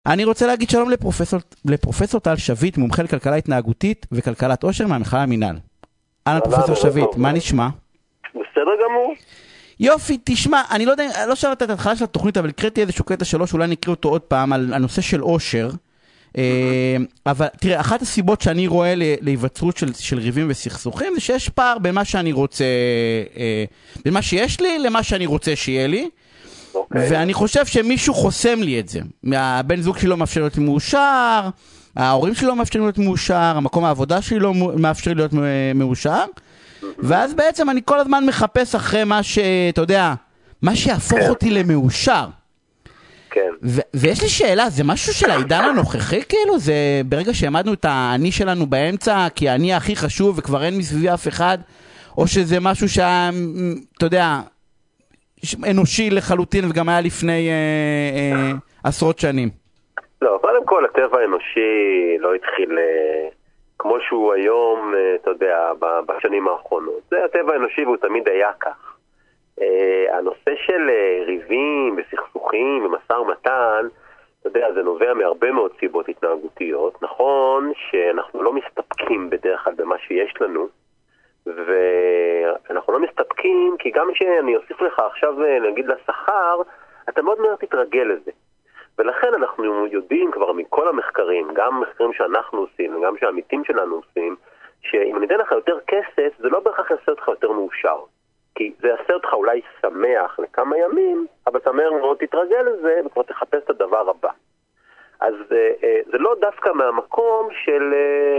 אני רוצה להגיד שלום לפרופסור טל שביט, מומחה לכלכלה התנהגותית וכלכלת עושר מהמכללה המינהל. אהלן פרופסור שביט, מה נשמע? בסדר גמור. יופי, תשמע, אני לא יודע, לא שמעת את ההתחלה של התוכנית, אבל הקראתי איזשהו קטע 3, אולי נקריא אותו עוד פעם, על הנושא של עושר. אבל תראה, אחת הסיבות שאני רואה להיווצרות של ריבים וסכסוכים, זה שיש פער בין מה שאני רוצה, בין מה שיש לי למה שאני רוצה שיהיה לי. ואני חושב שמישהו חוסם לי את זה. הבן זוג שלי לא מאפשר להיות מאושר, ההורים שלי לא מאפשרים להיות מאושר, המקום העבודה שלי לא מאפשר להיות מאושר, ואז בעצם אני כל הזמן מחפש אחרי מה אתה יודע, מה שיהפוך אותי למאושר. כן. ויש לי שאלה, זה משהו של העידן הנוכחי כאילו? זה ברגע שהעמדנו את האני שלנו באמצע, כי האני הכי חשוב וכבר אין מסביבי אף אחד, או שזה משהו אתה יודע, אנושי לחלוטין וגם היה לפני עשרות שנים? לא, קודם כל הטבע האנושי לא התחיל כמו שהוא היום, אתה יודע, בשנים האחרונות. זה הטבע האנושי והוא תמיד היה כך. הנושא של ריבים וסכסוכים ומשא ומתן, אתה יודע, זה נובע מהרבה מאוד סיבות התנהגותיות. נכון שאנחנו לא מסתפקים בדרך כלל במה שיש לנו, ואנחנו לא מסתפקים כי גם שאני אוסיף לך עכשיו נגיד לשכר, אתה מאוד מאוד תתרגל לזה. ולכן אנחנו יודעים כבר מכל המחקרים, גם מחקרים שאנחנו עושים וגם שהעמיתים שלנו עושים, שאם אני אתן לך יותר כסף, זה לא בהכרח יעשה אותך יותר מאושר. כי זה יעשה אותך אולי שמח לכמה ימים, אבל אתה מהר מאוד תתרגל לזה וכבר תחפש את הדבר הבא. אז זה לא דווקא מהמקום של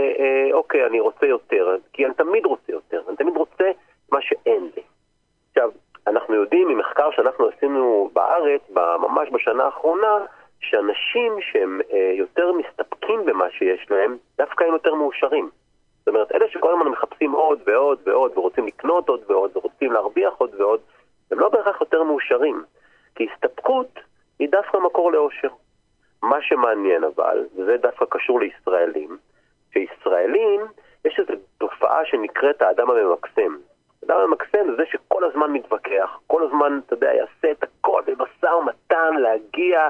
אוקיי, אני רוצה יותר, כי אני תמיד רוצה יותר, אני תמיד רוצה מה שאין לי. עכשיו, אנחנו יודעים ממחקר שאנחנו עשינו בארץ, ממש בשנה האחרונה, שאנשים שהם יותר מסתפקים במה שיש להם, דווקא הם יותר מאושרים. זאת אומרת, אלה שכל הזמן מחפשים עוד ועוד ועוד, ורוצים לקנות עוד ועוד, ורוצים להרוויח עוד ועוד, הם לא בהכרח יותר מאושרים. כי הסתפקות היא דווקא מקור לאושר. מה שמעניין אבל, וזה דווקא קשור לישראלים, שישראלים, יש איזו תופעה שנקראת האדם הממקסם. האדם הממקסם זה זה שכל הזמן מתווכח, כל הזמן, אתה יודע, יעשה את הכל במשא ומתן, להגיע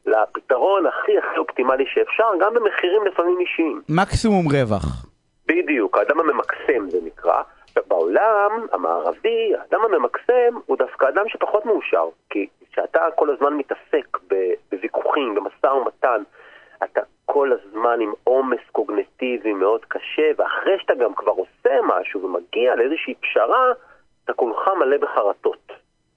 לפתרון הכי אופטימלי שאפשר, גם במחירים לפעמים אישיים. מקסימום רווח. בדיוק, האדם הממקסם זה נקרא. בעולם המערבי, האדם הממקסם הוא דווקא אדם שפחות מאושר, כי כשאתה כל הזמן מתעסק בוויכוחים, במשא ומתן, אתה כל הזמן עם עומס קוגניטיבי מאוד קשה, ואחרי שאתה גם כבר עושה משהו ומגיע לאיזושהי פשרה, אתה כולך מלא בחרטות.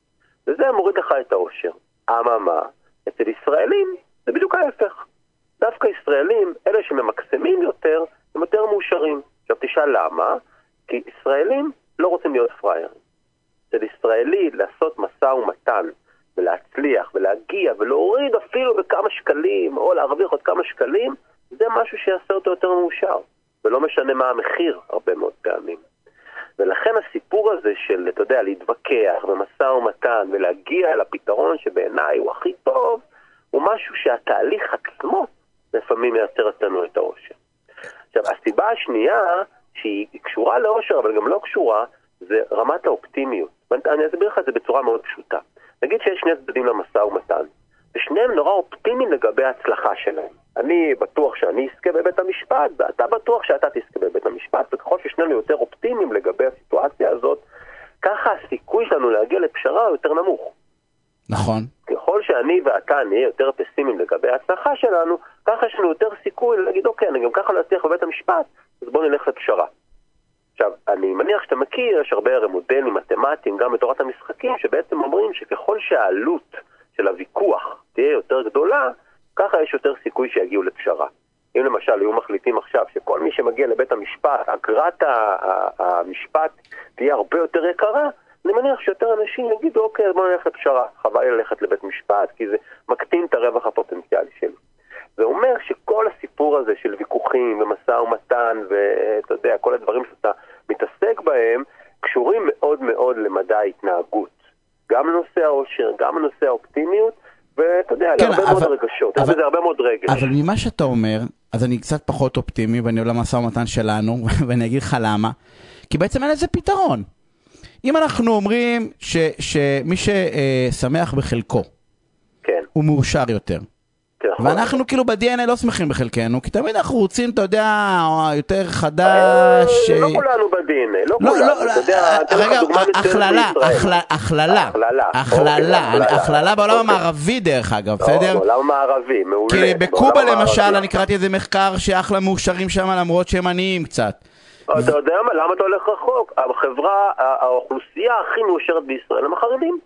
וזה מוריד לך את האושר. אממה, אצל ישראלים זה בדיוק ההפך. דווקא ישראלים, אלה שממקסמים יותר, הם יותר מאושרים. עכשיו תשאל למה? כי ישראלים לא רוצים להיות פריירים. אצל ישראלי לעשות משא ומתן ולהצליח ולהגיע ולהוריד אפילו בכמה שקלים או להרוויח עוד כמה שקלים, זה משהו שיעשה אותו יותר מאושר. ולא משנה מה המחיר הרבה מאוד פעמים. ולכן הסיפור הזה של, אתה יודע, להתווכח במשא ומתן ולהגיע לפתרון שבעיניי הוא הכי טוב, הוא משהו שהתהליך עצמו לפעמים מייצר אצלנו את האושר. עכשיו, הסיבה השנייה שהיא קשורה לאושר, אבל גם לא קשורה, זה רמת האופטימיות. אני אסביר לך את זה בצורה מאוד פשוטה. נגיד שיש שני צדדים למשא ומתן, ושניהם נורא אופטימיים לגבי ההצלחה שלהם. אני בטוח שאני אזכה בבית המשפט, ואתה בטוח שאתה תזכה בבית המשפט, וככל ששנינו יותר אופטימיים לגבי הסיטואציה הזאת, ככה הסיכוי שלנו להגיע לפשרה הוא יותר נמוך. נכון. ככל שאני ואתה נהיה יותר פסימיים לגבי ההצלחה שלנו, ככה יש לנו יותר סיכוי להגיד, אוקיי, אני גם ככה לא אצליח בבית המשפט, אז בוא נלך לפשרה. עכשיו, אני מניח שאתה מכיר, יש הרבה מודלים מתמטיים, גם בתורת המשחקים, שבעצם אומרים שככל שהעלות של הוויכוח תהיה יותר גדולה, ככה יש יותר סיכוי שיגיעו לפשרה. אם למשל היו מחליטים עכשיו שכל מי שמגיע לבית המשפט, אגרת המשפט תהיה הרבה יותר יקרה, אני מניח שיותר אנשים יגידו, אוקיי, אז בוא נלך לפשרה. חבל ללכת לבית משפט, כי זה מקטין את הרווח הפוטנציאלי שלי. זה אומר שכל הסיפור הזה של ויכוחים ומשא ומתן, ואתה יודע, כל הדברים שאתה מתעסק בהם, קשורים מאוד מאוד למדע ההתנהגות. גם לנושא האושר, גם לנושא האופטימיות, ואתה יודע, כן, להרבה מאוד רגשות. זה הרבה מאוד רגש. אבל ממה שאתה אומר, אז אני קצת פחות אופטימי, ואני עולה משא ומתן שלנו, ואני אגיד לך למה. כי בעצם אין לזה פתרון. אם אנחנו אומרים שמי ששמח בחלקו, כן. הוא מאושר יותר, ואנחנו כאילו ב-DNA לא שמחים בחלקנו, כי תמיד אנחנו רוצים, אתה יודע, יותר חדש. לא כולנו ב-DNA, לא כולנו. רגע, הכללה בעולם המערבי דרך אגב, בסדר? בעולם המערבי, מעולה. כי בקובה למשל, אני קראתי איזה מחקר שאחלה מאושרים שם, למרות שהם עניים קצת. אתה יודע מה, למה אתה הולך רחוק? האוכלוסייה הכי מאושרת בישראל הם החרדים.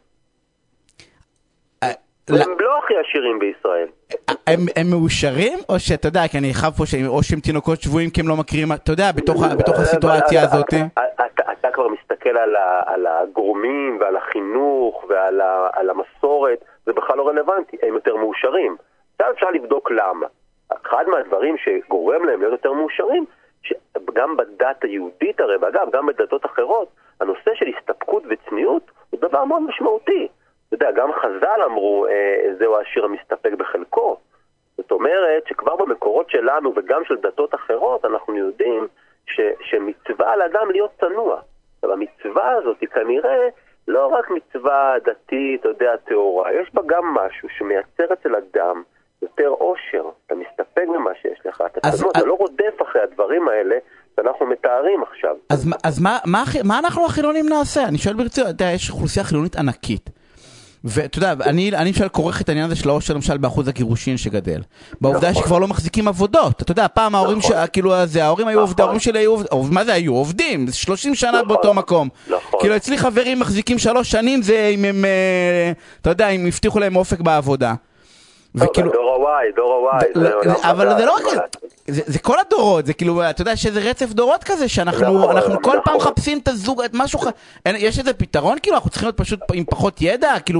הם לא הכי עשירים בישראל. הם מאושרים? או שאתה יודע, כי אני חייב פה או שהם תינוקות שבועים כי הם לא מכירים, אתה יודע, בתוך הסיטואציה הזאת. אתה כבר מסתכל על הגורמים ועל החינוך ועל המסורת, זה בכלל לא רלוונטי, הם יותר מאושרים. אפשר לבדוק למה. אחד מהדברים שגורם להם להיות יותר מאושרים, שגם בדת היהודית הרי, ואגב, גם בדתות אחרות, הנושא של הסתפקות וצניעות הוא דבר מאוד משמעותי. אתה יודע, גם חז"ל אמרו, זהו העשיר המסתפק בחלקו. זאת אומרת שכבר במקורות שלנו וגם של דתות אחרות, אנחנו יודעים שמצווה על אדם להיות צנוע. המצווה הזאת היא כנראה לא רק מצווה דתית, אתה יודע, תיאורה. יש בה גם משהו שמייצר אצל אדם יותר עושר. אתה מסתפק במה שיש לך. אתה צנוע, אתה לא רודף אחרי הדברים האלה שאנחנו מתארים עכשיו. אז מה אנחנו החילונים נעשה? אני שואל ברצינות, אתה יודע, יש אוכלוסייה חילונית ענקית. ואתה יודע, אני למשל כורך את העניין הזה של העושר למשל באחוז הגירושין שגדל. בעובדה שכבר לא מחזיקים עבודות. אתה יודע, פעם ההורים כאילו ההורים היו עובדים, ההורים שלי היו עובדים, מה זה היו? עובדים, 30 שנה באותו מקום. כאילו אצלי חברים מחזיקים 3 שנים, זה אם הם, אתה יודע, אם הבטיחו להם אופק בעבודה. דור הוואי. אבל זה לא רק, זה כל הדורות, זה כאילו, אתה יודע שזה רצף דורות כזה, שאנחנו כל פעם מחפשים את הזוג, את משהו, יש איזה פתרון, כאילו, אנחנו צריכים להיות פשוט עם פחות ידע, כאילו...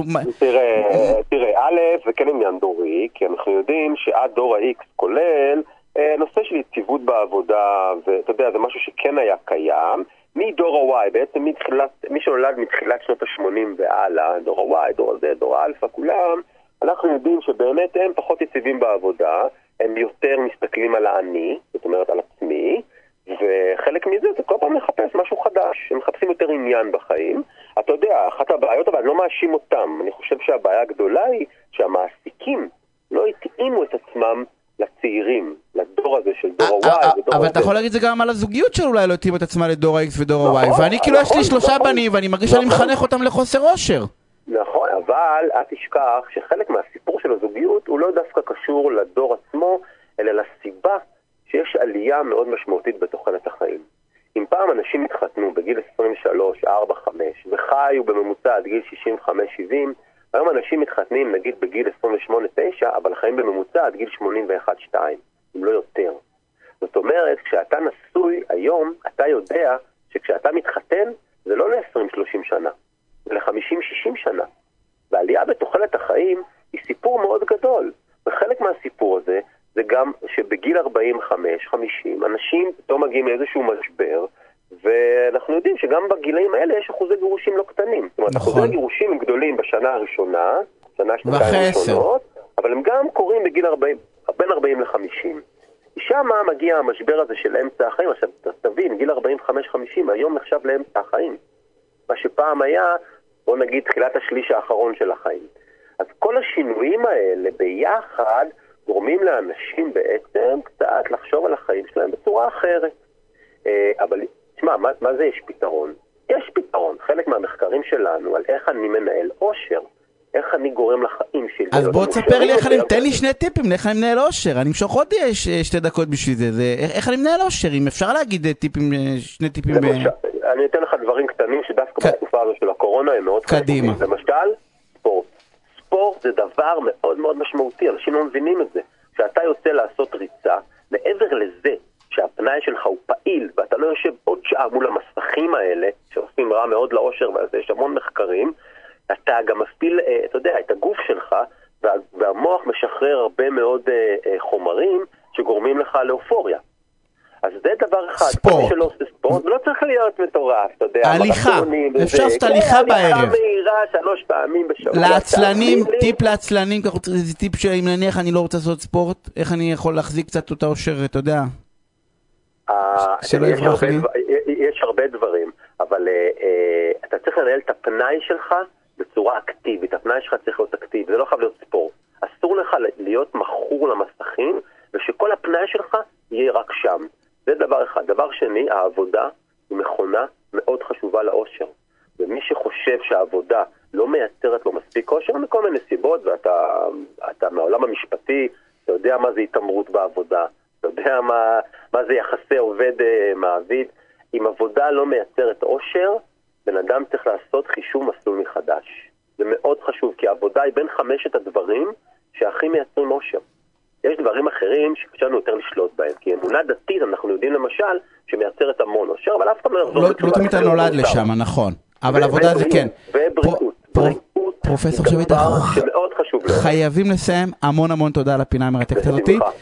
תראה, א', זה כן עניין דורי, כי אנחנו יודעים שעד דור ה-X כולל, נושא של יציבות בעבודה, ואתה יודע, זה משהו שכן היה קיים, מדור ה-Y, בעצם מי שנולד מתחילת שנות ה-80 והלאה, דור ה-Y, דור הזה, דור האלפא, כולם, אנחנו יודעים שבאמת הם פחות יציבים בעבודה, הם יותר מסתכלים על העני, זאת אומרת על עצמי, וחלק מזה זה כל פעם לחפש משהו חדש, הם מחפשים יותר עניין בחיים. אתה יודע, אחת הבעיות, אבל אני לא מאשים אותם, אני חושב שהבעיה הגדולה היא שהמעסיקים לא התאימו את עצמם לצעירים, לדור הזה של דור ה-Y. אבל אתה יכול להגיד זה גם על הזוגיות של אולי לא התאימו את עצמה לדור ה-X ודור ה-Y, ואני כאילו יש לי 3 בנים ואני מרגיש שאני מחנך אותם לחוסר עושר. נכון, אבל אל תשכח שחלק מהסיפור של הזוגיות הוא לא דווקא קשור לדור עצמו, אלא לסיבה שיש עלייה מאוד משמעותית בתוחלת החיים. אם פעם אנשים התחתנו בגיל 23, 4, 5 וחיו בממוצע עד גיל 65, 70, היום אנשים מתחתנים נגיד בגיל 28, 9, אבל חיים בממוצע עד גיל 81, 2, אם לא יותר. זאת אומרת, כשאתה נשוי היום, אתה יודע שכשאתה מתחתן זה לא ל-20-30 שנה. ל-50-60 שנה. והעלייה בתוחלת החיים היא סיפור מאוד גדול. וחלק מהסיפור הזה זה גם שבגיל 45-50 אנשים פתאום מגיעים לאיזשהו משבר, ואנחנו יודעים שגם בגילאים האלה יש אחוזי גירושים לא קטנים. זאת אומרת, אחוזי גירושים הם גדולים בשנה הראשונה, שנתיים ראשונות, אבל הם גם קורים בגיל 40, בין 40 ל-50. שם מגיע המשבר הזה של אמצע החיים. עכשיו, תבין, גיל 45-50 היום נחשב לאמצע החיים. מה שפעם היה, בוא נגיד, תחילת השליש האחרון של החיים. אז כל השינויים האלה ביחד גורמים לאנשים בעצם קצת לחשוב על החיים שלהם בצורה אחרת. אבל, תשמע, מה זה יש פתרון? יש פתרון. חלק מהמחקרים שלנו על איך אני מנהל עושר, איך אני גורם לחיים שלי. אז בוא תספר לי, תן לי 2 טיפים, איך אני מנהל עושר. אני משוך עוד 2 דקות בשביל זה. איך אני מנהל עושר? אם אפשר להגיד 2 טיפים... אני אתן לך דברים קטנים שדווקא בתקופה הזו של הקורונה הם מאוד קדימה. למשל, ספורט. ספורט זה דבר מאוד מאוד משמעותי, אנשים לא מבינים את זה. כשאתה יוצא לעשות ריצה, מעבר לזה שהפנאי שלך הוא פעיל, ואתה לא יושב עוד שעה מול המסכים האלה, שעושים רע מאוד לאושר, ויש המון מחקרים, אתה גם מפעיל, אתה יודע, את הגוף שלך, והמוח משחרר הרבה מאוד חומרים שגורמים לך לאופוריה. אז זה דבר אחד. ספורט. שלא עושה ספורט, לא צריך להיות מטורף, אתה יודע. הליכה. אפשר לעשות הליכה בערב. הליכה מהירה 3 פעמים בשבוע. לעצלנים, טיפ לעצלנים, זה טיפ שאם נניח אני לא רוצה לעשות ספורט, איך אני יכול להחזיק קצת אותה עושר, אתה יודע? שלא יברח לי. יש הרבה דברים, אבל אתה צריך לנהל את הפנאי שלך בצורה אקטיבית. הפנאי שלך צריך להיות אקטיבי, זה לא חייב להיות ספורט. אסור לך להיות מכור למסכים, ושכל הפנאי שלך יהיה רק שם. זה דבר אחד. דבר שני, העבודה היא מכונה מאוד חשובה לאושר. ומי שחושב שהעבודה לא מייצרת לו מספיק אושר, מכל מיני סיבות, ואתה מהעולם המשפטי, אתה יודע מה זה התאמרות בעבודה, אתה יודע מה זה יחסי עובד מעביד. אם עבודה לא מייצרת אושר, בן אדם צריך לעשות חישוב מסלול מחדש. זה מאוד חשוב, כי העבודה היא בין 5 הדברים שהכי מייצרים אושר. יש דברים אחרים שקשה לנו יותר לשלוט בהם, כי אמונה דתית, אנחנו יודעים למשל, שמייצרת המון אושר, אבל אף פעם לא יחזור לא תמיד אתה נולד לשם, נכון. אבל עבודה זה כן. ובריאות. פרופסור שביט, שמאוד חשוב. חייבים לסיים. המון תודה על הפינה המרתקת הזאת.